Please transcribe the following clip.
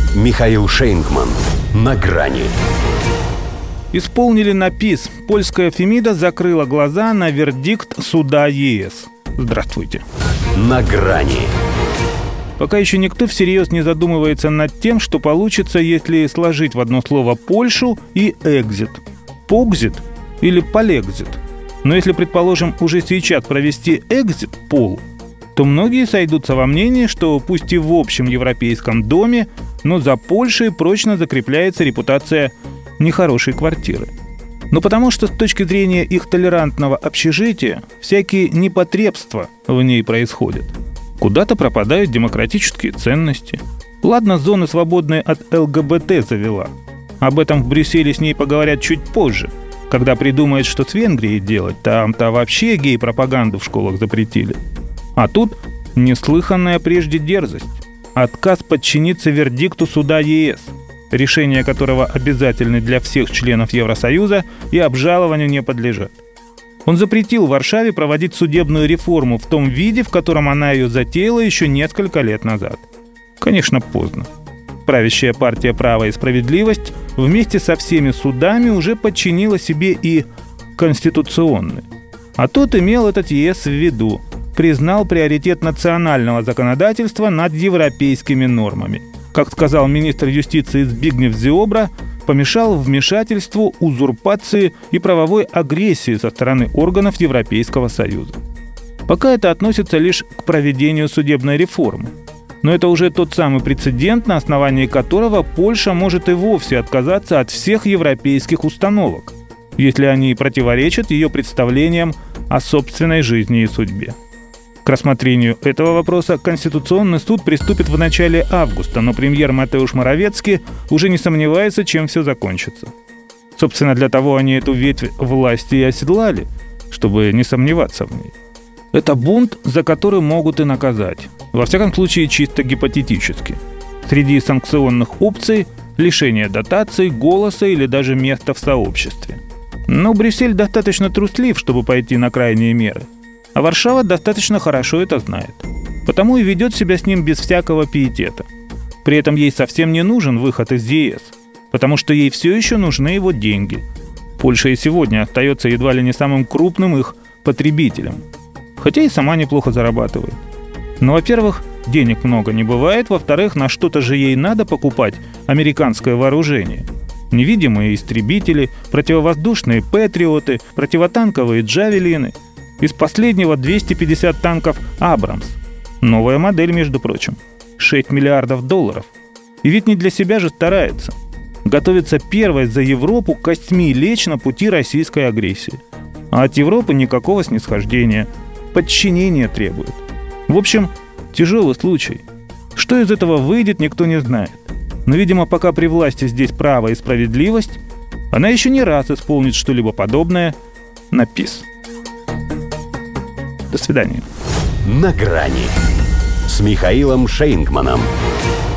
Михаил Шейнгман. На грани. Исполнили на ПИС. Польская Фемида закрыла глаза на вердикт суда ЕС. Здравствуйте. На грани. Пока еще никто всерьез не задумывается над тем, что получится, если сложить в одно слово Польшу и экзит. Погзит или полегзит. Но если, предположим, уже сейчас провести экзит пол, то многие сойдутся во мнении, что пусть и в общем европейском доме, но за Польшей прочно закрепляется репутация нехорошей квартиры. Но потому что с точки зрения их толерантного общежития всякие непотребства в ней происходят. Куда-то пропадают демократические ценности. Ладно, зона, свободная от ЛГБТ, завела. Об этом в Брюсселе с ней поговорят чуть позже, когда придумают, что с Венгрией делать. Там-то вообще гей-пропаганду в школах запретили. А тут неслыханная прежде дерзость. Отказ подчиниться вердикту суда ЕС, решения которого обязательны для всех членов Евросоюза и обжалованию не подлежат. Он запретил Варшаве проводить судебную реформу в том виде, в котором она ее затеяла еще несколько лет назад. Конечно, поздно. Правящая партия «Право и справедливость» вместе со всеми судами уже подчинила себе и конституционный. А тот имел этот ЕС в виду, признал приоритет национального законодательства над европейскими нормами. Как сказал министр юстиции Збигнев Зиобро, помешал вмешательству, узурпации и правовой агрессии со стороны органов Европейского Союза. Пока это относится лишь к проведению судебной реформы. Но это уже тот самый прецедент, на основании которого Польша может и вовсе отказаться от всех европейских установок, если они противоречат ее представлениям о собственной жизни и судьбе. К рассмотрению этого вопроса Конституционный суд приступит в начале августа, но премьер Матеуш Моравецкий уже не сомневается, чем все закончится. Собственно, для того они эту ветвь власти и оседлали, чтобы не сомневаться в ней. Это бунт, за который могут и наказать. Во всяком случае, чисто гипотетически. Среди санкционных опций – лишение дотаций, голоса или даже места в сообществе. Но Брюссель достаточно труслив, чтобы пойти на крайние меры. А Варшава достаточно хорошо это знает. Потому и ведет себя с ним без всякого пиетета. При этом ей совсем не нужен выход из ЕС, потому что ей все еще нужны его деньги. Польша и сегодня остается едва ли не самым крупным их потребителем. Хотя и сама неплохо зарабатывает. Но, во-первых, денег много не бывает. Во-вторых, на что-то же ей надо покупать американское вооружение. Невидимые истребители, противовоздушные патриоты, противотанковые джавелины. Из последнего 250 танков «Абрамс». Новая модель, между прочим. $6 миллиардов. И ведь не для себя же старается. Готовится первой за Европу костьми лечь на пути российской агрессии. А от Европы никакого снисхождения. Подчинения требует. В общем, тяжелый случай. Что из этого выйдет, никто не знает. Но, видимо, пока при власти здесь право и справедливость, она еще не раз исполнит что-либо подобное на ПИС. До свидания. На грани с Михаилом Шейнгманом.